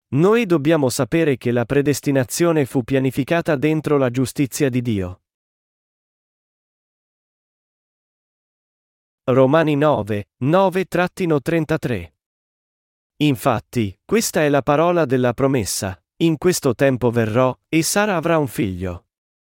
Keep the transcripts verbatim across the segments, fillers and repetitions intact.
Noi dobbiamo sapere che la predestinazione fu pianificata dentro la giustizia di Dio. Romani nove, nove trentatré. Infatti, questa è la parola della promessa: in questo tempo verrò, e Sara avrà un figlio.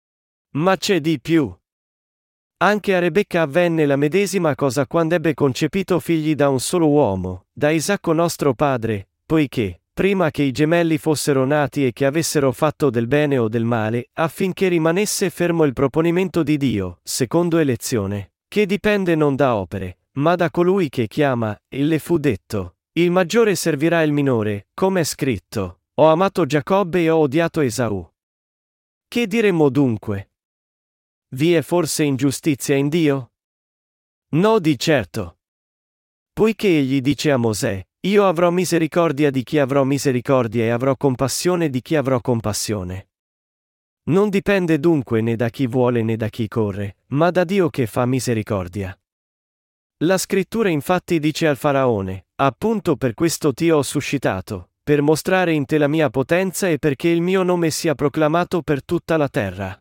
Ma c'è di più. Anche a Rebecca avvenne la medesima cosa quando ebbe concepito figli da un solo uomo, da Isacco nostro padre, poiché, prima che i gemelli fossero nati e che avessero fatto del bene o del male, affinché rimanesse fermo il proponimento di Dio, secondo elezione, che dipende non da opere, ma da colui che chiama, e le fu detto: il maggiore servirà il minore, come è scritto: ho amato Giacobbe e ho odiato Esaù. Che diremmo dunque? Vi è forse ingiustizia in Dio? No, di certo. Poiché egli dice a Mosè: io avrò misericordia di chi avrò misericordia e avrò compassione di chi avrò compassione. Non dipende dunque né da chi vuole né da chi corre, ma da Dio che fa misericordia. La scrittura infatti dice al faraone: appunto per questo ti ho suscitato, per mostrare in te la mia potenza e perché il mio nome sia proclamato per tutta la terra.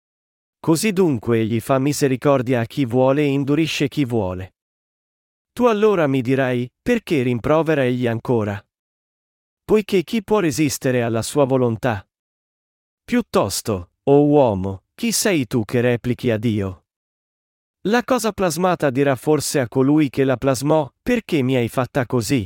Così dunque egli fa misericordia a chi vuole e indurisce chi vuole. Tu allora mi dirai: perché rimprovera egli ancora? Poiché chi può resistere alla sua volontà? Piuttosto, o uomo, chi sei tu che replichi a Dio? La cosa plasmata dirà forse a colui che la plasmò: perché mi hai fatta così?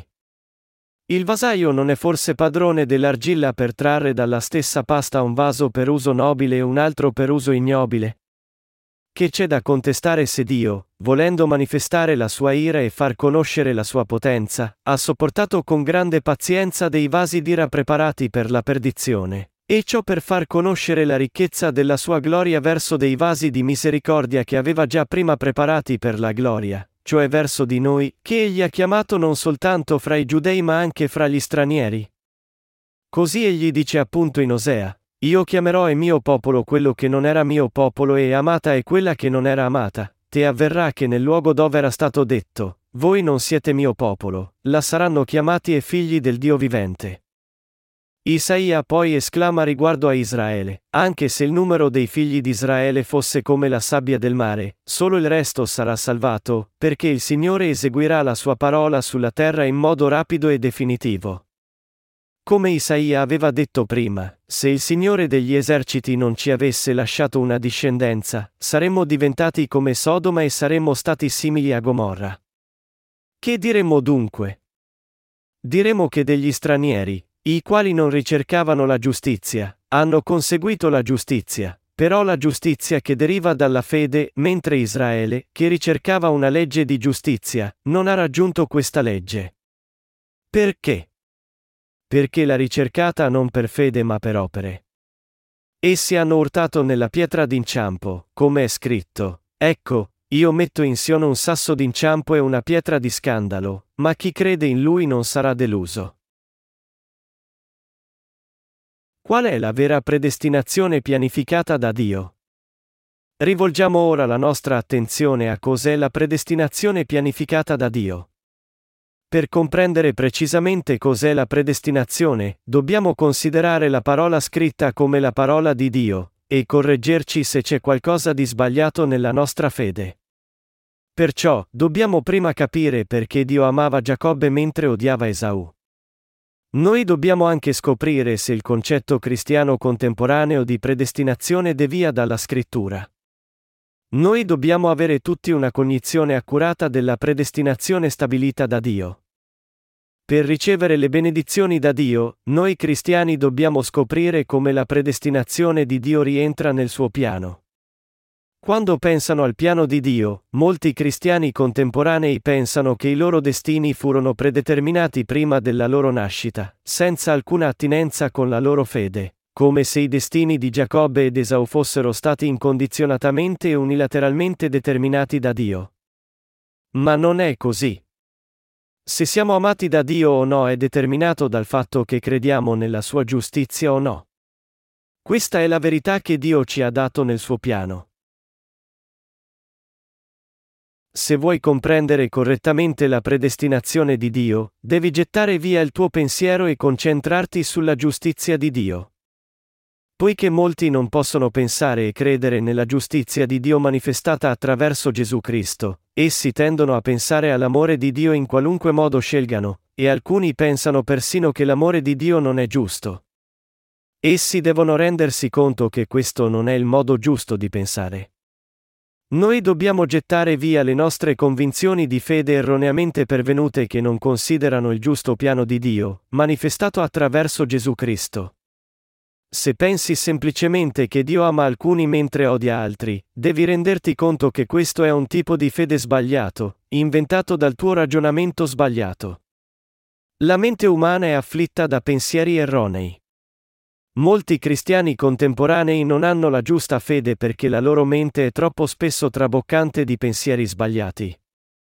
Il vasaio non è forse padrone dell'argilla per trarre dalla stessa pasta un vaso per uso nobile e un altro per uso ignobile? Che c'è da contestare se Dio, volendo manifestare la sua ira e far conoscere la sua potenza, ha sopportato con grande pazienza dei vasi d'ira preparati per la perdizione, e ciò per far conoscere la ricchezza della sua gloria verso dei vasi di misericordia che aveva già prima preparati per la gloria, cioè verso di noi, che egli ha chiamato non soltanto fra i giudei ma anche fra gli stranieri? Così egli dice appunto in Osea: io chiamerò e mio popolo quello che non era mio popolo e amata è quella che non era amata. Te avverrà che nel luogo dove era stato detto: voi non siete mio popolo, la saranno chiamati e figli del Dio vivente. Isaia poi esclama riguardo a Israele: anche se il numero dei figli di Israele fosse come la sabbia del mare, solo il resto sarà salvato, perché il Signore eseguirà la sua parola sulla terra in modo rapido e definitivo. Come Isaia aveva detto prima, se il Signore degli eserciti non ci avesse lasciato una discendenza, saremmo diventati come Sodoma e saremmo stati simili a Gomorra. Che diremmo dunque? Diremo che degli stranieri, i quali non ricercavano la giustizia, hanno conseguito la giustizia, però la giustizia che deriva dalla fede, mentre Israele, che ricercava una legge di giustizia, non ha raggiunto questa legge. Perché? Perché l'ha ricercata non per fede ma per opere. Essi hanno urtato nella pietra d'inciampo, come è scritto: ecco, io metto in Sion un sasso d'inciampo e una pietra di scandalo, ma chi crede in lui non sarà deluso. Qual è la vera predestinazione pianificata da Dio? Rivolgiamo ora la nostra attenzione a cos'è la predestinazione pianificata da Dio. Per comprendere precisamente cos'è la predestinazione, dobbiamo considerare la parola scritta come la parola di Dio, e correggerci se c'è qualcosa di sbagliato nella nostra fede. Perciò, dobbiamo prima capire perché Dio amava Giacobbe mentre odiava Esaù. Noi dobbiamo anche scoprire se il concetto cristiano contemporaneo di predestinazione devia dalla Scrittura. Noi dobbiamo avere tutti una cognizione accurata della predestinazione stabilita da Dio. Per ricevere le benedizioni da Dio, noi cristiani dobbiamo scoprire come la predestinazione di Dio rientra nel suo piano. Quando pensano al piano di Dio, molti cristiani contemporanei pensano che i loro destini furono predeterminati prima della loro nascita, senza alcuna attinenza con la loro fede, come se i destini di Giacobbe ed Esau fossero stati incondizionatamente e unilateralmente determinati da Dio. Ma non è così. Se siamo amati da Dio o no è determinato dal fatto che crediamo nella sua giustizia o no. Questa è la verità che Dio ci ha dato nel suo piano. Se vuoi comprendere correttamente la predestinazione di Dio, devi gettare via il tuo pensiero e concentrarti sulla giustizia di Dio. Poiché molti non possono pensare e credere nella giustizia di Dio manifestata attraverso Gesù Cristo, essi tendono a pensare all'amore di Dio in qualunque modo scelgano, e alcuni pensano persino che l'amore di Dio non è giusto. Essi devono rendersi conto che questo non è il modo giusto di pensare. Noi dobbiamo gettare via le nostre convinzioni di fede erroneamente pervenute che non considerano il giusto piano di Dio, manifestato attraverso Gesù Cristo. Se pensi semplicemente che Dio ama alcuni mentre odia altri, devi renderti conto che questo è un tipo di fede sbagliato, inventato dal tuo ragionamento sbagliato. La mente umana è afflitta da pensieri erronei. Molti cristiani contemporanei non hanno la giusta fede perché la loro mente è troppo spesso traboccante di pensieri sbagliati.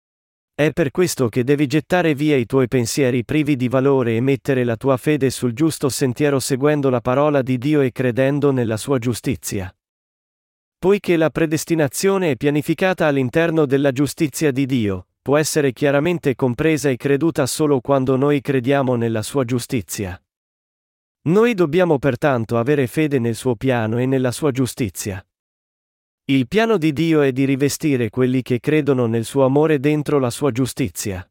È per questo che devi gettare via i tuoi pensieri privi di valore e mettere la tua fede sul giusto sentiero seguendo la parola di Dio e credendo nella sua giustizia. Poiché la predestinazione è pianificata all'interno della giustizia di Dio, può essere chiaramente compresa e creduta solo quando noi crediamo nella sua giustizia. Noi dobbiamo pertanto avere fede nel suo piano e nella sua giustizia. Il piano di Dio è di rivestire quelli che credono nel suo amore dentro la sua giustizia.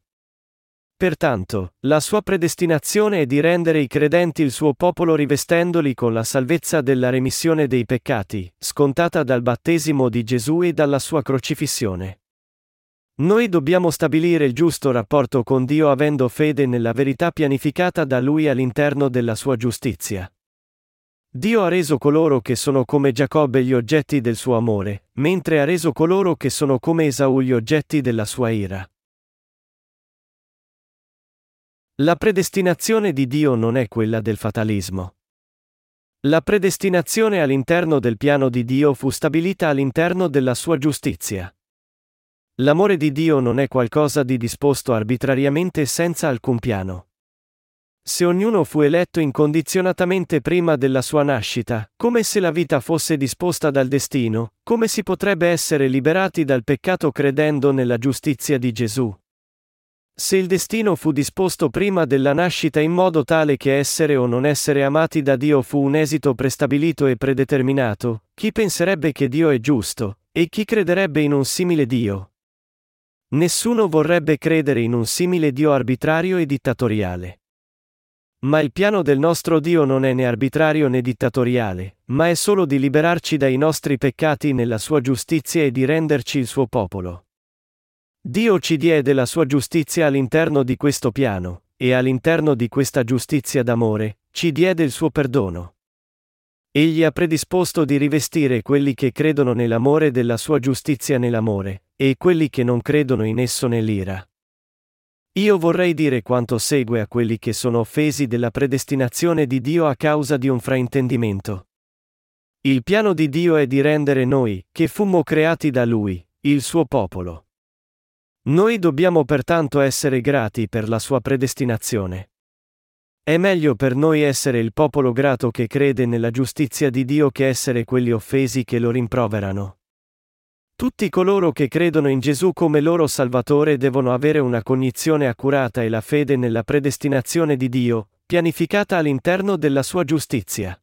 Pertanto, la sua predestinazione è di rendere i credenti il suo popolo rivestendoli con la salvezza della remissione dei peccati, scontata dal battesimo di Gesù e dalla sua crocifissione. Noi dobbiamo stabilire il giusto rapporto con Dio avendo fede nella verità pianificata da Lui all'interno della sua giustizia. Dio ha reso coloro che sono come Giacobbe gli oggetti del suo amore, mentre ha reso coloro che sono come Esaù gli oggetti della sua ira. La predestinazione di Dio non è quella del fatalismo. La predestinazione all'interno del piano di Dio fu stabilita all'interno della sua giustizia. L'amore di Dio non è qualcosa di disposto arbitrariamente senza alcun piano. Se ognuno fu eletto incondizionatamente prima della sua nascita, come se la vita fosse disposta dal destino, come si potrebbe essere liberati dal peccato credendo nella giustizia di Gesù? Se il destino fu disposto prima della nascita in modo tale che essere o non essere amati da Dio fu un esito prestabilito e predeterminato, chi penserebbe che Dio è giusto, e chi crederebbe in un simile Dio? Nessuno vorrebbe credere in un simile Dio arbitrario e dittatoriale. Ma il piano del nostro Dio non è né arbitrario né dittatoriale, ma è solo di liberarci dai nostri peccati nella sua giustizia e di renderci il suo popolo. Dio ci diede la sua giustizia all'interno di questo piano, e all'interno di questa giustizia d'amore, ci diede il suo perdono. Egli ha predisposto di rivestire quelli che credono nell'amore della sua giustizia nell'amore, e quelli che non credono in esso nell'ira. Io vorrei dire quanto segue a quelli che sono offesi della predestinazione di Dio a causa di un fraintendimento. Il piano di Dio è di rendere noi, che fummo creati da Lui, il suo popolo. Noi dobbiamo pertanto essere grati per la sua predestinazione. È meglio per noi essere il popolo grato che crede nella giustizia di Dio che essere quelli offesi che lo rimproverano. Tutti coloro che credono in Gesù come loro Salvatore devono avere una cognizione accurata e la fede nella predestinazione di Dio, pianificata all'interno della sua giustizia.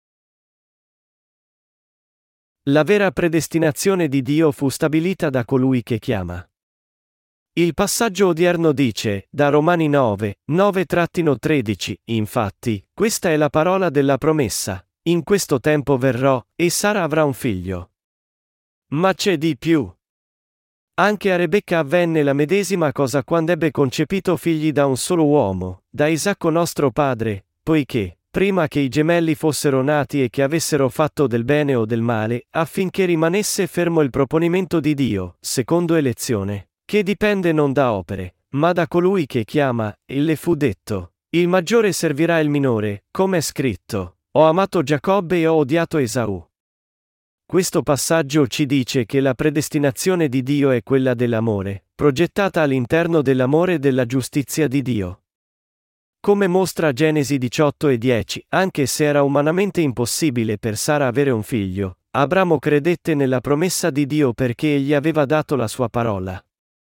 La vera predestinazione di Dio fu stabilita da colui che chiama. Il passaggio odierno dice, da Romani nove, nove tredici, infatti, questa è la parola della promessa, in questo tempo verrò, e Sara avrà un figlio. Ma c'è di più. Anche a Rebecca avvenne la medesima cosa quando ebbe concepito figli da un solo uomo, da Isacco nostro padre, poiché, prima che i gemelli fossero nati e che avessero fatto del bene o del male, affinché rimanesse fermo il proponimento di Dio, secondo elezione, che dipende non da opere, ma da colui che chiama, e le fu detto, il maggiore servirà il minore, come è scritto, ho amato Giacobbe e ho odiato Esaù. Questo passaggio ci dice che la predestinazione di Dio è quella dell'amore, progettata all'interno dell'amore e della giustizia di Dio. Come mostra Genesi diciotto e dieci, anche se era umanamente impossibile per Sara avere un figlio, Abramo credette nella promessa di Dio perché egli aveva dato la sua parola.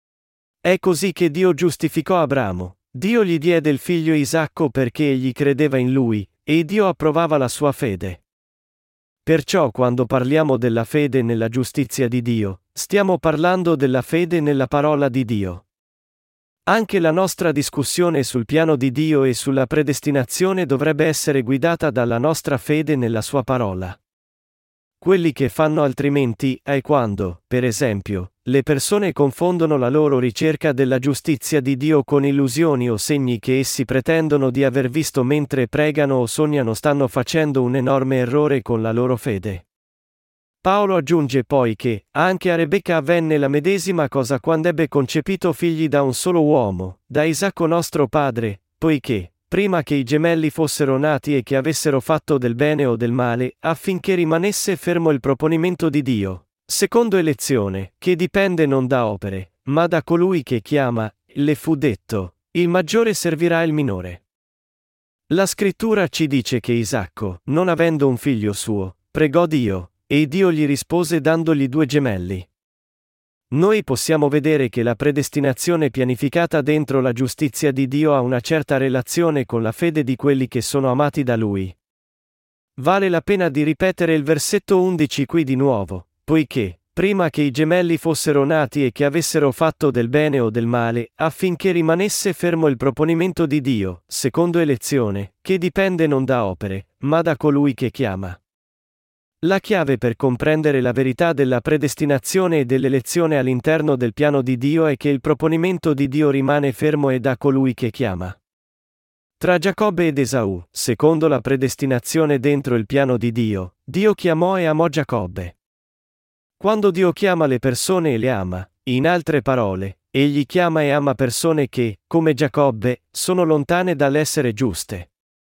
È così che Dio giustificò Abramo. Dio gli diede il figlio Isacco perché egli credeva in lui, e Dio approvava la sua fede. Perciò quando parliamo della fede nella giustizia di Dio, stiamo parlando della fede nella parola di Dio. Anche la nostra discussione sul piano di Dio e sulla predestinazione dovrebbe essere guidata dalla nostra fede nella sua parola. Quelli che fanno altrimenti è quando, per esempio, le persone confondono la loro ricerca della giustizia di Dio con illusioni o segni che essi pretendono di aver visto mentre pregano o sognano, stanno facendo un enorme errore con la loro fede. Paolo aggiunge poi che, anche a Rebecca avvenne la medesima cosa quando ebbe concepito figli da un solo uomo, da Isacco nostro padre, poiché, prima che i gemelli fossero nati e che avessero fatto del bene o del male, affinché rimanesse fermo il proponimento di Dio, secondo elezione, che dipende non da opere, ma da colui che chiama, le fu detto, il maggiore servirà il minore. La scrittura ci dice che Isacco, non avendo un figlio suo, pregò Dio, e Dio gli rispose dandogli due gemelli. Noi possiamo vedere che la predestinazione pianificata dentro la giustizia di Dio ha una certa relazione con la fede di quelli che sono amati da Lui. Vale la pena di ripetere il versetto undici qui di nuovo, poiché, prima che i gemelli fossero nati e che avessero fatto del bene o del male, affinché rimanesse fermo il proponimento di Dio, secondo elezione, che dipende non da opere, ma da colui che chiama. La chiave per comprendere la verità della predestinazione e dell'elezione all'interno del piano di Dio è che il proponimento di Dio rimane fermo e da colui che chiama. Tra Giacobbe ed Esaù, secondo la predestinazione dentro il piano di Dio, Dio chiamò e amò Giacobbe. Quando Dio chiama le persone e le ama, in altre parole, egli chiama e ama persone che, come Giacobbe, sono lontane dall'essere giuste.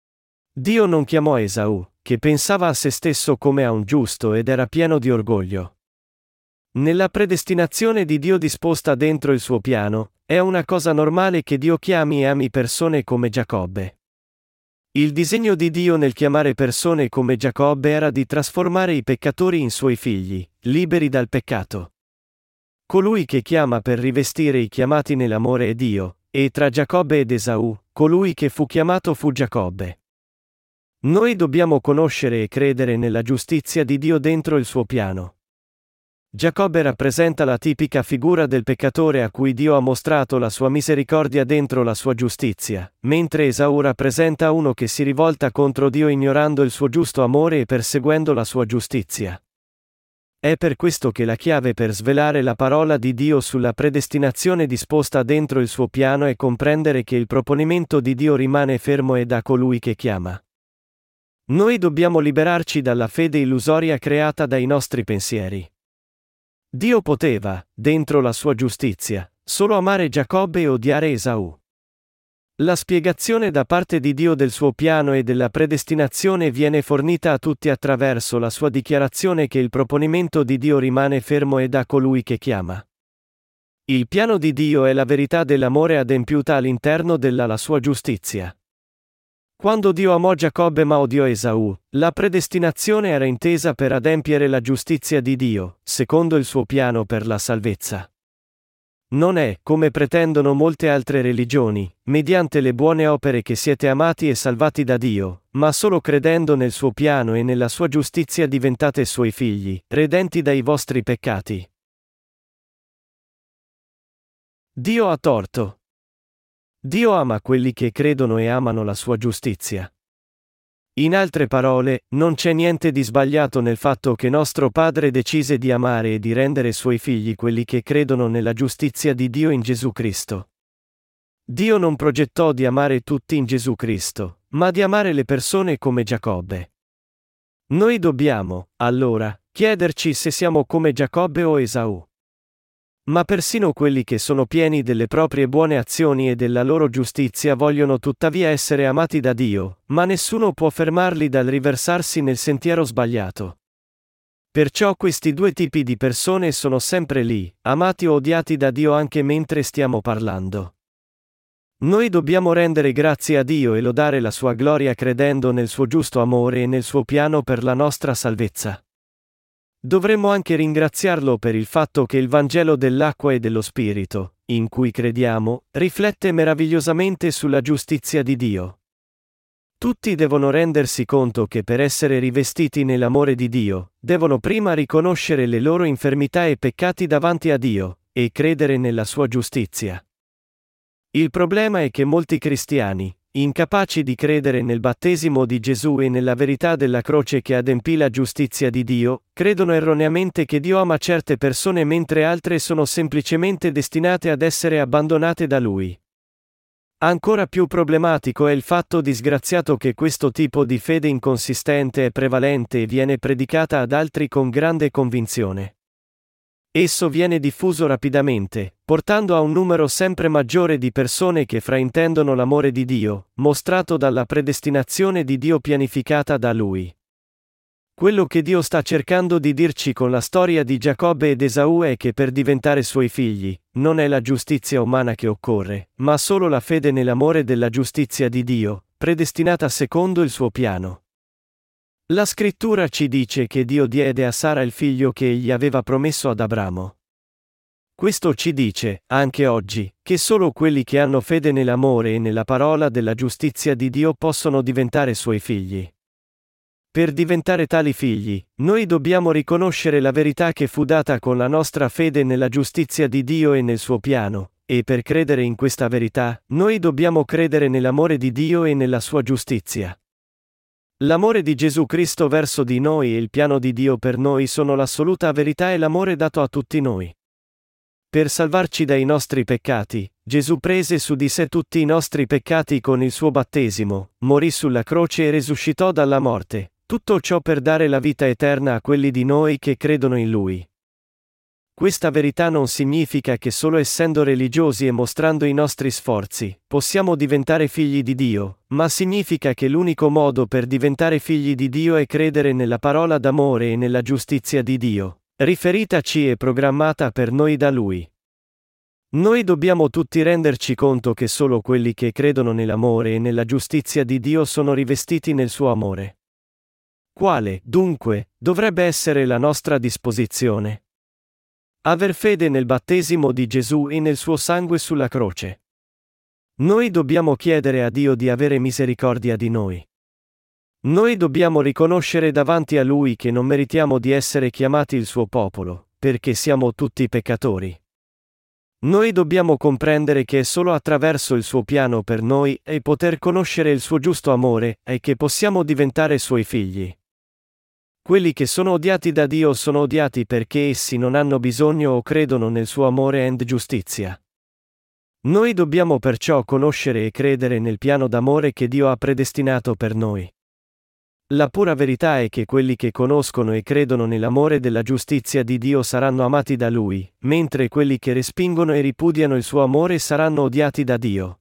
Dio non chiamò Esaù, che pensava a se stesso come a un giusto ed era pieno di orgoglio. Nella predestinazione di Dio disposta dentro il suo piano, è una cosa normale che Dio chiami e ami persone come Giacobbe. Il disegno di Dio nel chiamare persone come Giacobbe era di trasformare i peccatori in suoi figli, liberi dal peccato. Colui che chiama per rivestire i chiamati nell'amore è Dio, e tra Giacobbe ed Esaù, colui che fu chiamato fu Giacobbe. Noi dobbiamo conoscere e credere nella giustizia di Dio dentro il suo piano. Giacobbe rappresenta la tipica figura del peccatore a cui Dio ha mostrato la sua misericordia dentro la sua giustizia, mentre Esaù rappresenta uno che si rivolta contro Dio ignorando il suo giusto amore e perseguendo la sua giustizia. È per questo che la chiave per svelare la parola di Dio sulla predestinazione disposta dentro il suo piano è comprendere che il proponimento di Dio rimane fermo e da colui che chiama. Noi dobbiamo liberarci dalla fede illusoria creata dai nostri pensieri. Dio poteva, dentro la sua giustizia, solo amare Giacobbe e odiare Esaù. La spiegazione da parte di Dio del suo piano e della predestinazione viene fornita a tutti attraverso la sua dichiarazione che il proponimento di Dio rimane fermo e da colui che chiama. Il piano di Dio è la verità dell'amore adempiuta all'interno della la sua giustizia. Quando Dio amò Giacobbe ma odiò Esaù, la predestinazione era intesa per adempiere la giustizia di Dio, secondo il suo piano per la salvezza. Non è, come pretendono molte altre religioni, mediante le buone opere che siete amati e salvati da Dio, ma solo credendo nel suo piano e nella sua giustizia diventate suoi figli, redenti dai vostri peccati. Dio ha torto. Dio ama quelli che credono e amano la sua giustizia. In altre parole, non c'è niente di sbagliato nel fatto che nostro Padre decise di amare e di rendere suoi figli quelli che credono nella giustizia di Dio in Gesù Cristo. Dio non progettò di amare tutti in Gesù Cristo, ma di amare le persone come Giacobbe. Noi dobbiamo, allora, chiederci se siamo come Giacobbe o Esaù. Ma persino quelli che sono pieni delle proprie buone azioni e della loro giustizia vogliono tuttavia essere amati da Dio, ma nessuno può fermarli dal riversarsi nel sentiero sbagliato. Perciò questi due tipi di persone sono sempre lì, amati o odiati da Dio anche mentre stiamo parlando. Noi dobbiamo rendere grazie a Dio e lodare la sua gloria credendo nel suo giusto amore e nel suo piano per la nostra salvezza. Dovremmo anche ringraziarlo per il fatto che il Vangelo dell'acqua e dello Spirito, in cui crediamo, riflette meravigliosamente sulla giustizia di Dio. Tutti devono rendersi conto che per essere rivestiti nell'amore di Dio, devono prima riconoscere le loro infermità e peccati davanti a Dio, e credere nella sua giustizia. Il problema è che molti cristiani, incapaci di credere nel battesimo di Gesù e nella verità della croce che adempì la giustizia di Dio, credono erroneamente che Dio ama certe persone mentre altre sono semplicemente destinate ad essere abbandonate da Lui. Ancora più problematico è il fatto disgraziato che questo tipo di fede inconsistente è prevalente e viene predicata ad altri con grande convinzione. Esso viene diffuso rapidamente, portando a un numero sempre maggiore di persone che fraintendono l'amore di Dio, mostrato dalla predestinazione di Dio pianificata da Lui. Quello che Dio sta cercando di dirci con la storia di Giacobbe ed Esaù è che per diventare suoi figli, non è la giustizia umana che occorre, ma solo la fede nell'amore della giustizia di Dio, predestinata secondo il suo piano. La scrittura ci dice che Dio diede a Sara il figlio che egli aveva promesso ad Abramo. Questo ci dice, anche oggi, che solo quelli che hanno fede nell'amore e nella parola della giustizia di Dio possono diventare suoi figli. Per diventare tali figli, noi dobbiamo riconoscere la verità che fu data con la nostra fede nella giustizia di Dio e nel suo piano, e per credere in questa verità, noi dobbiamo credere nell'amore di Dio e nella sua giustizia. L'amore di Gesù Cristo verso di noi e il piano di Dio per noi sono l'assoluta verità e l'amore dato a tutti noi. Per salvarci dai nostri peccati, Gesù prese su di sé tutti i nostri peccati con il suo battesimo, morì sulla croce e risuscitò dalla morte. Tutto ciò per dare la vita eterna a quelli di noi che credono in Lui. Questa verità non significa che solo essendo religiosi e mostrando i nostri sforzi, possiamo diventare figli di Dio, ma significa che l'unico modo per diventare figli di Dio è credere nella parola d'amore e nella giustizia di Dio, riferitaci e programmata per noi da Lui. Noi dobbiamo tutti renderci conto che solo quelli che credono nell'amore e nella giustizia di Dio sono rivestiti nel suo amore. Quale, dunque, dovrebbe essere la nostra disposizione? Aver fede nel battesimo di Gesù e nel suo sangue sulla croce. Noi dobbiamo chiedere a Dio di avere misericordia di noi. Noi dobbiamo riconoscere davanti a Lui che non meritiamo di essere chiamati il suo popolo, perché siamo tutti peccatori. Noi dobbiamo comprendere che è solo attraverso il suo piano per noi e poter conoscere il suo giusto amore è che possiamo diventare suoi figli. Quelli che sono odiati da Dio sono odiati perché essi non hanno bisogno o credono nel suo amore e giustizia. Noi dobbiamo perciò conoscere e credere nel piano d'amore che Dio ha predestinato per noi. La pura verità è che quelli che conoscono e credono nell'amore della giustizia di Dio saranno amati da Lui, mentre quelli che respingono e ripudiano il suo amore saranno odiati da Dio.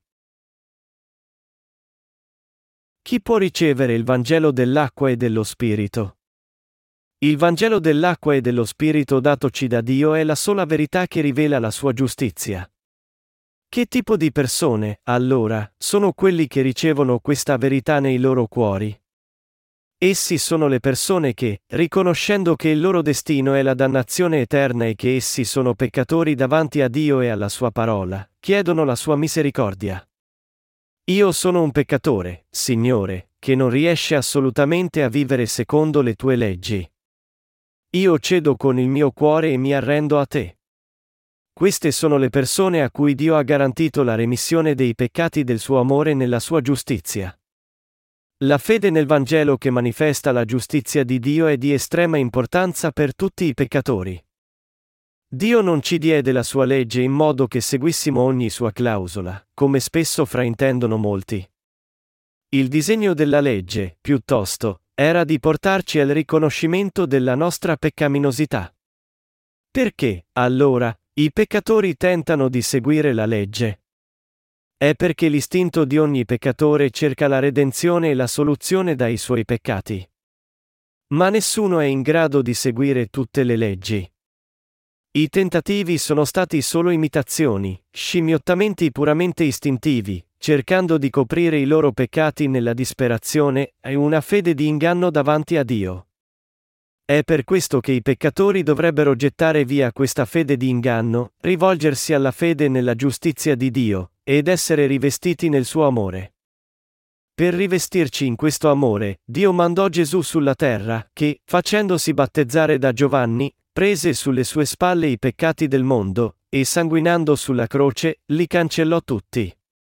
Chi può ricevere il Vangelo dell'acqua e dello Spirito? Il Vangelo dell'acqua e dello Spirito datoci da Dio è la sola verità che rivela la sua giustizia. Che tipo di persone, allora, sono quelli che ricevono questa verità nei loro cuori? Essi sono le persone che, riconoscendo che il loro destino è la dannazione eterna e che essi sono peccatori davanti a Dio e alla sua parola, chiedono la sua misericordia. Io sono un peccatore, Signore, che non riesce assolutamente a vivere secondo le tue leggi. Io cedo con il mio cuore e mi arrendo a te. Queste sono le persone a cui Dio ha garantito la remissione dei peccati del suo amore nella sua giustizia. La fede nel Vangelo che manifesta la giustizia di Dio è di estrema importanza per tutti i peccatori. Dio non ci diede la sua legge in modo che seguissimo ogni sua clausola, come spesso fraintendono molti. Il disegno della legge, piuttosto, era di portarci al riconoscimento della nostra peccaminosità. Perché, allora, i peccatori tentano di seguire la legge? È perché l'istinto di ogni peccatore cerca la redenzione e la soluzione dai suoi peccati. Ma nessuno è in grado di seguire tutte le leggi. I tentativi sono stati solo imitazioni, scimmiottamenti puramente istintivi, cercando di coprire i loro peccati nella disperazione e una fede di inganno davanti a Dio. È per questo che i peccatori dovrebbero gettare via questa fede di inganno, rivolgersi alla fede nella giustizia di Dio, ed essere rivestiti nel suo amore. Per rivestirci in questo amore, Dio mandò Gesù sulla terra, che, facendosi battezzare da Giovanni, prese sulle sue spalle i peccati del mondo, e sanguinando sulla croce, li cancellò tutti.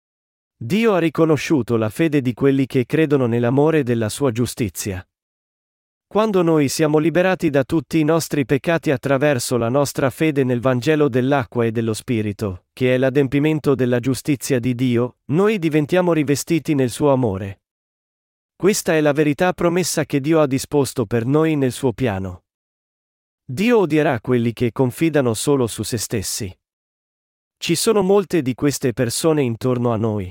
Dio ha riconosciuto la fede di quelli che credono nell'amore della sua giustizia. Quando noi siamo liberati da tutti i nostri peccati attraverso la nostra fede nel Vangelo dell'acqua e dello Spirito, che è l'adempimento della giustizia di Dio, noi diventiamo rivestiti nel suo amore. Questa è la verità promessa che Dio ha disposto per noi nel suo piano. Dio odierà quelli che confidano solo su se stessi. Ci sono molte di queste persone intorno a noi.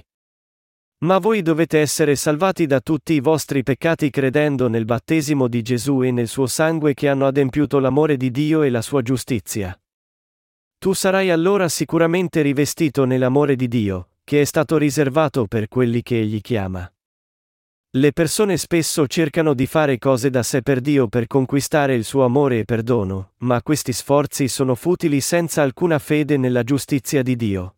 Ma voi dovete essere salvati da tutti i vostri peccati credendo nel battesimo di Gesù e nel suo sangue che hanno adempiuto l'amore di Dio e la sua giustizia. Tu sarai allora sicuramente rivestito nell'amore di Dio, che è stato riservato per quelli che Egli chiama. Le persone spesso cercano di fare cose da sé per Dio per conquistare il suo amore e perdono, ma questi sforzi sono futili senza alcuna fede nella giustizia di Dio.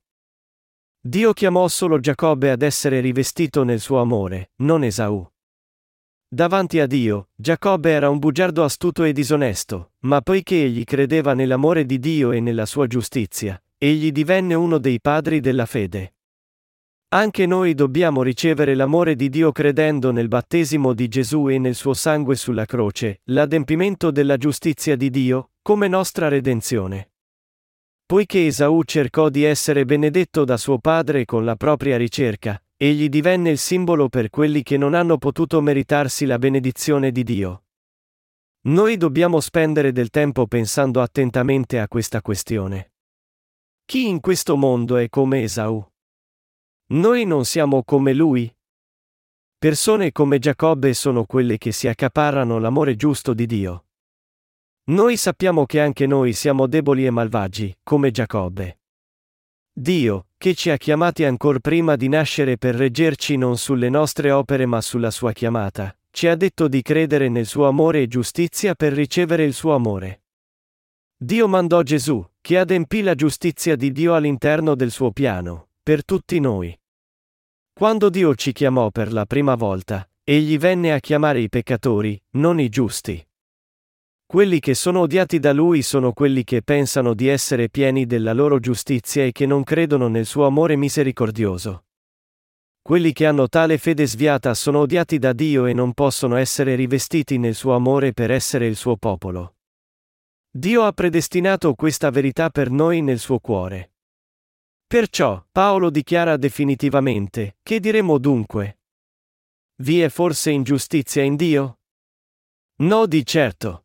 Dio chiamò solo Giacobbe ad essere rivestito nel suo amore, non Esaù. Davanti a Dio, Giacobbe era un bugiardo astuto e disonesto, ma poiché egli credeva nell'amore di Dio e nella sua giustizia, egli divenne uno dei padri della fede. Anche noi dobbiamo ricevere l'amore di Dio credendo nel battesimo di Gesù e nel suo sangue sulla croce, l'adempimento della giustizia di Dio, come nostra redenzione. Poiché Esaù cercò di essere benedetto da suo padre con la propria ricerca, egli divenne il simbolo per quelli che non hanno potuto meritarsi la benedizione di Dio. Noi dobbiamo spendere del tempo pensando attentamente a questa questione. Chi in questo mondo è come Esaù? Noi non siamo come lui? Persone come Giacobbe sono quelle che si accaparrano l'amore giusto di Dio. Noi sappiamo che anche noi siamo deboli e malvagi, come Giacobbe. Dio, che ci ha chiamati ancor prima di nascere per reggerci non sulle nostre opere ma sulla sua chiamata, ci ha detto di credere nel suo amore e giustizia per ricevere il suo amore. Dio mandò Gesù, che adempì la giustizia di Dio all'interno del suo piano, per tutti noi. Quando Dio ci chiamò per la prima volta, egli venne a chiamare i peccatori, non i giusti. Quelli che sono odiati da Lui sono quelli che pensano di essere pieni della loro giustizia e che non credono nel suo amore misericordioso. Quelli che hanno tale fede sviata sono odiati da Dio e non possono essere rivestiti nel suo amore per essere il suo popolo. Dio ha predestinato questa verità per noi nel suo cuore. Perciò, Paolo dichiara definitivamente, che diremo dunque? Vi è forse ingiustizia in Dio? No, di certo.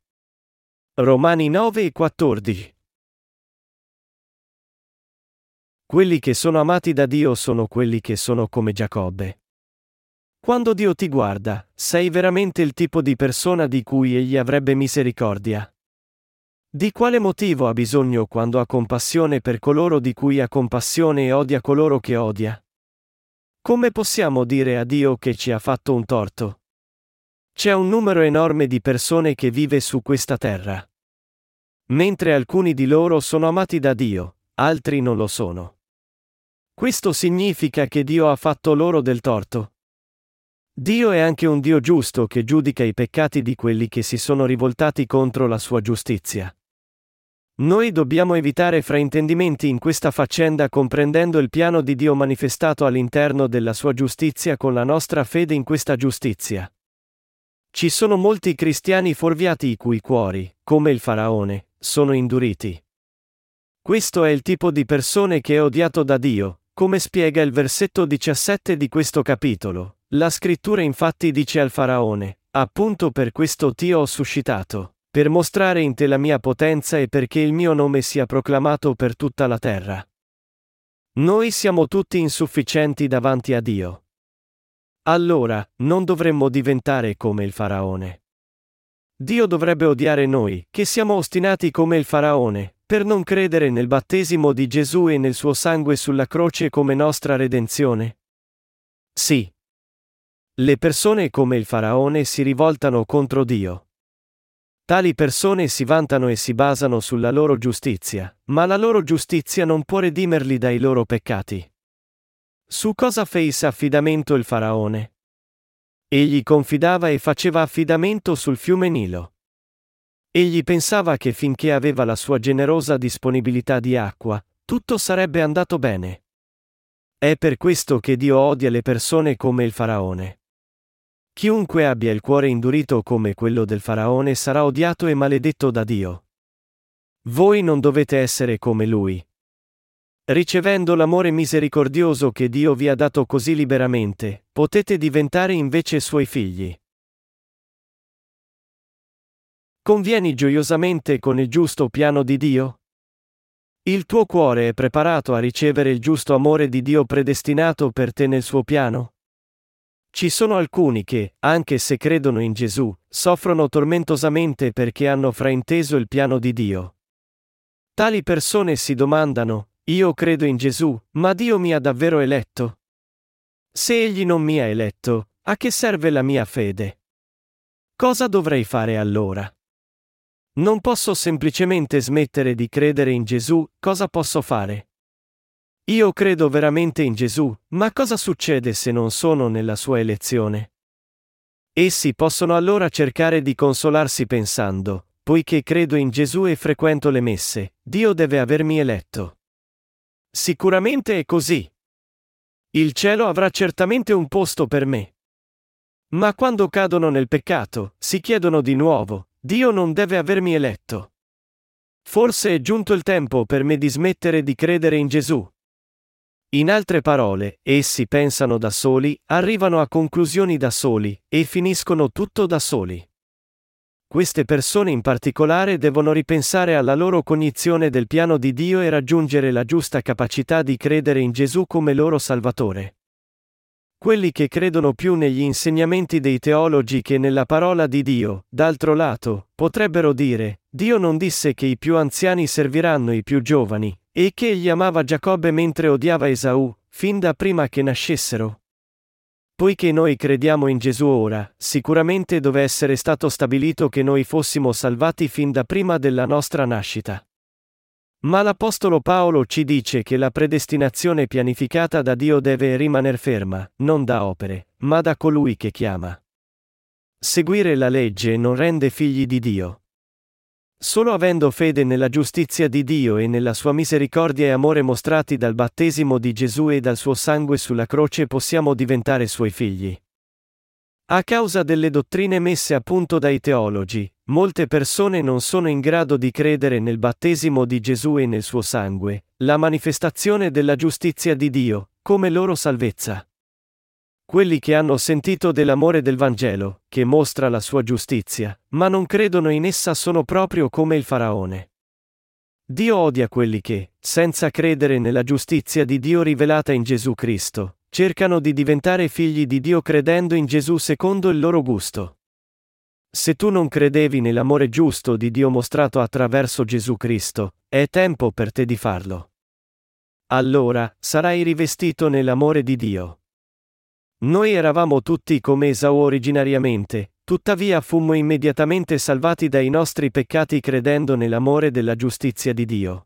Romani nove e quattordici. Quelli che sono amati da Dio sono quelli che sono come Giacobbe. Quando Dio ti guarda, sei veramente il tipo di persona di cui Egli avrebbe misericordia. Di quale motivo ha bisogno quando ha compassione per coloro di cui ha compassione e odia coloro che odia? Come possiamo dire a Dio che ci ha fatto un torto? C'è un numero enorme di persone che vive su questa terra. Mentre alcuni di loro sono amati da Dio, altri non lo sono. Questo significa che Dio ha fatto loro del torto. Dio è anche un Dio giusto che giudica i peccati di quelli che si sono rivoltati contro la sua giustizia. Noi dobbiamo evitare fraintendimenti in questa faccenda comprendendo il piano di Dio manifestato all'interno della sua giustizia con la nostra fede in questa giustizia. Ci sono molti cristiani fuorviati i cui cuori, come il faraone, sono induriti. Questo è il tipo di persone che è odiato da Dio, come spiega il versetto diciassette di questo capitolo. La scrittura infatti dice al faraone: appunto per questo ti ho suscitato, per mostrare in te la mia potenza e perché il mio nome sia proclamato per tutta la terra. Noi siamo tutti insufficienti davanti a Dio. Allora, non dovremmo diventare come il faraone. Dio dovrebbe odiare noi, che siamo ostinati come il faraone, per non credere nel battesimo di Gesù e nel suo sangue sulla croce come nostra redenzione? Sì. Le persone come il faraone si rivoltano contro Dio. Tali persone si vantano e si basano sulla loro giustizia, ma la loro giustizia non può redimerli dai loro peccati. Su cosa fece affidamento il faraone? Egli confidava e faceva affidamento sul fiume Nilo. Egli pensava che finché aveva la sua generosa disponibilità di acqua, tutto sarebbe andato bene. È per questo che Dio odia le persone come il faraone. Chiunque abbia il cuore indurito come quello del faraone sarà odiato e maledetto da Dio. Voi non dovete essere come lui. Ricevendo l'amore misericordioso che Dio vi ha dato così liberamente, potete diventare invece suoi figli. Convieni gioiosamente con il giusto piano di Dio? Il tuo cuore è preparato a ricevere il giusto amore di Dio predestinato per te nel suo piano? Ci sono alcuni che, anche se credono in Gesù, soffrono tormentosamente perché hanno frainteso il piano di Dio. Tali persone si domandano: io credo in Gesù, ma Dio mi ha davvero eletto? Se Egli non mi ha eletto, a che serve la mia fede? Cosa dovrei fare allora? Non posso semplicemente smettere di credere in Gesù, cosa posso fare? Io credo veramente in Gesù, ma cosa succede se non sono nella sua elezione? Essi possono allora cercare di consolarsi pensando: poiché credo in Gesù e frequento le messe, Dio deve avermi eletto. Sicuramente è così. Il cielo avrà certamente un posto per me. Ma quando cadono nel peccato, si chiedono di nuovo: Dio non deve avermi eletto. Forse è giunto il tempo per me di smettere di credere in Gesù. In altre parole, essi pensano da soli, arrivano a conclusioni da soli, e finiscono tutto da soli. Queste persone in particolare devono ripensare alla loro cognizione del piano di Dio e raggiungere la giusta capacità di credere in Gesù come loro Salvatore. Quelli che credono più negli insegnamenti dei teologi che nella parola di Dio, d'altro lato, potrebbero dire: Dio non disse che i più anziani serviranno i più giovani, e che egli amava Giacobbe mentre odiava Esaù, fin da prima che nascessero. Poiché noi crediamo in Gesù ora, sicuramente deve essere stato stabilito che noi fossimo salvati fin da prima della nostra nascita. Ma l'Apostolo Paolo ci dice che la predestinazione pianificata da Dio deve rimaner ferma, non da opere, ma da colui che chiama. Seguire la legge non rende figli di Dio. Solo avendo fede nella giustizia di Dio e nella sua misericordia e amore mostrati dal battesimo di Gesù e dal suo sangue sulla croce possiamo diventare suoi figli. A causa delle dottrine messe a punto dai teologi, molte persone non sono in grado di credere nel battesimo di Gesù e nel suo sangue, la manifestazione della giustizia di Dio, come loro salvezza. Quelli che hanno sentito dell'amore del Vangelo, che mostra la sua giustizia, ma non credono in essa sono proprio come il faraone. Dio odia quelli che, senza credere nella giustizia di Dio rivelata in Gesù Cristo, cercano di diventare figli di Dio credendo in Gesù secondo il loro gusto. Se tu non credevi nell'amore giusto di Dio mostrato attraverso Gesù Cristo, è tempo per te di farlo. Allora, sarai rivestito nell'amore di Dio. Noi eravamo tutti come Esaù originariamente, tuttavia fummo immediatamente salvati dai nostri peccati credendo nell'amore della giustizia di Dio.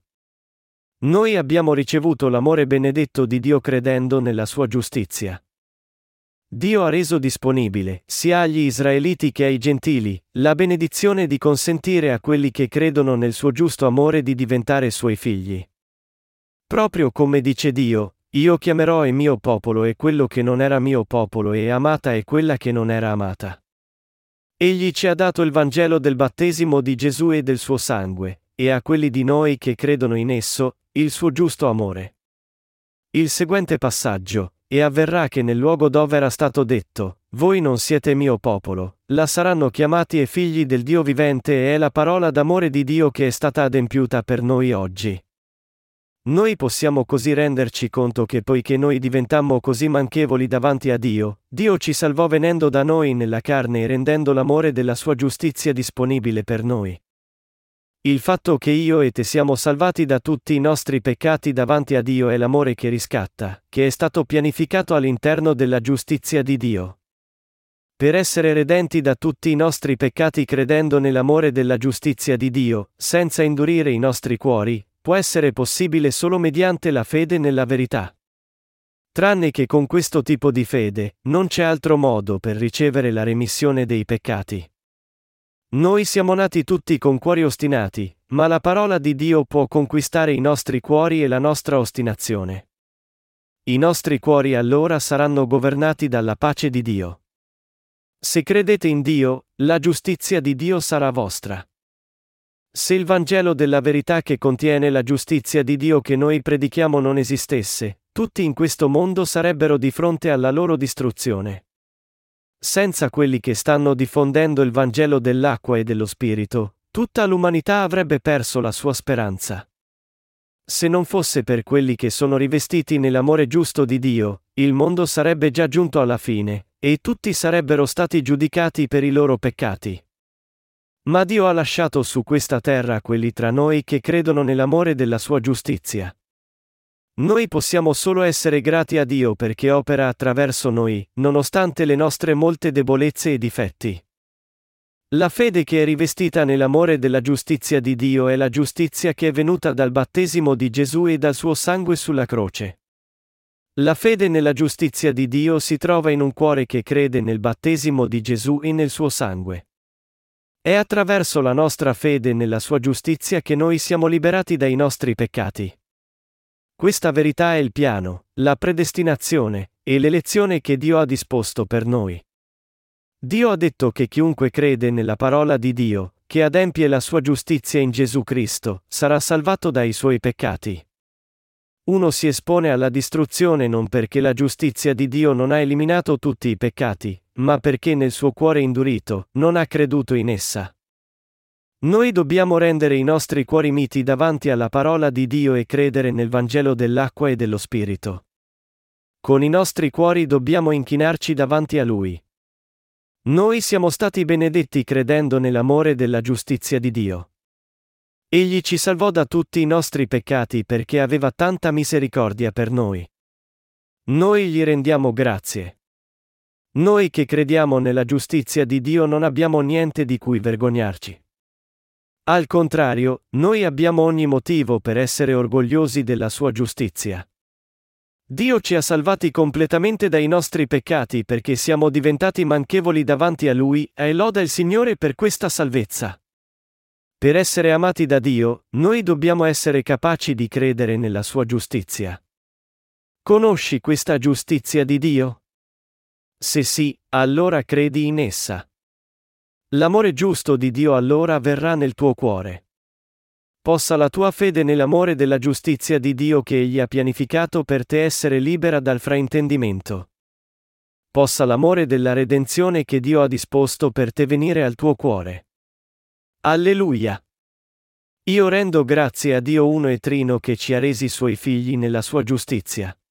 Noi abbiamo ricevuto l'amore benedetto di Dio credendo nella sua giustizia. Dio ha reso disponibile, sia agli Israeliti che ai Gentili, la benedizione di consentire a quelli che credono nel suo giusto amore di diventare suoi figli. Proprio come dice Dio: io chiamerò il mio popolo e quello che non era mio popolo e amata è quella che non era amata. Egli ci ha dato il Vangelo del battesimo di Gesù e del suo sangue, e a quelli di noi che credono in esso, il suo giusto amore. Il seguente passaggio: e avverrà che nel luogo dove era stato detto, voi non siete mio popolo, là saranno chiamati e figli del Dio vivente e è la parola d'amore di Dio che è stata adempiuta per noi oggi. Noi possiamo così renderci conto che poiché noi diventammo così manchevoli davanti a Dio, Dio ci salvò venendo da noi nella carne e rendendo l'amore della sua giustizia disponibile per noi. Il fatto che io e te siamo salvati da tutti i nostri peccati davanti a Dio è l'amore che riscatta, che è stato pianificato all'interno della giustizia di Dio. Per essere redenti da tutti i nostri peccati credendo nell'amore della giustizia di Dio, senza indurire i nostri cuori, può essere possibile solo mediante la fede nella verità. Tranne che con questo tipo di fede, non c'è altro modo per ricevere la remissione dei peccati. Noi siamo nati tutti con cuori ostinati, ma la parola di Dio può conquistare i nostri cuori e la nostra ostinazione. I nostri cuori allora saranno governati dalla pace di Dio. Se credete in Dio, la giustizia di Dio sarà vostra. Se il Vangelo della verità che contiene la giustizia di Dio che noi predichiamo non esistesse, tutti in questo mondo sarebbero di fronte alla loro distruzione. Senza quelli che stanno diffondendo il Vangelo dell'acqua e dello Spirito, tutta l'umanità avrebbe perso la sua speranza. Se non fosse per quelli che sono rivestiti nell'amore giusto di Dio, il mondo sarebbe già giunto alla fine, e tutti sarebbero stati giudicati per i loro peccati. Ma Dio ha lasciato su questa terra quelli tra noi che credono nell'amore della sua giustizia. Noi possiamo solo essere grati a Dio perché opera attraverso noi, nonostante le nostre molte debolezze e difetti. La fede che è rivestita nell'amore della giustizia di Dio è la giustizia che è venuta dal battesimo di Gesù e dal suo sangue sulla croce. La fede nella giustizia di Dio si trova in un cuore che crede nel battesimo di Gesù e nel suo sangue. È attraverso la nostra fede nella sua giustizia che noi siamo liberati dai nostri peccati. Questa verità è il piano, la predestinazione, e l'elezione che Dio ha disposto per noi. Dio ha detto che chiunque crede nella parola di Dio, che adempie la sua giustizia in Gesù Cristo, sarà salvato dai suoi peccati. Uno si espone alla distruzione non perché la giustizia di Dio non ha eliminato tutti i peccati, ma perché nel suo cuore indurito, non ha creduto in essa. Noi dobbiamo rendere i nostri cuori miti davanti alla parola di Dio e credere nel Vangelo dell'acqua e dello Spirito. Con i nostri cuori dobbiamo inchinarci davanti a Lui. Noi siamo stati benedetti credendo nell'amore della giustizia di Dio. Egli ci salvò da tutti i nostri peccati perché aveva tanta misericordia per noi. Noi gli rendiamo grazie. Noi che crediamo nella giustizia di Dio non abbiamo niente di cui vergognarci. Al contrario, noi abbiamo ogni motivo per essere orgogliosi della sua giustizia. Dio ci ha salvati completamente dai nostri peccati perché siamo diventati manchevoli davanti a Lui, e loda il Signore per questa salvezza. Per essere amati da Dio, noi dobbiamo essere capaci di credere nella sua giustizia. Conosci questa giustizia di Dio? Se sì, allora credi in essa. L'amore giusto di Dio allora verrà nel tuo cuore. Possa la tua fede nell'amore della giustizia di Dio che Egli ha pianificato per te essere libera dal fraintendimento. Possa l'amore della redenzione che Dio ha disposto per te venire al tuo cuore. Alleluia! Io rendo grazie a Dio uno e trino che ci ha resi suoi figli nella sua giustizia.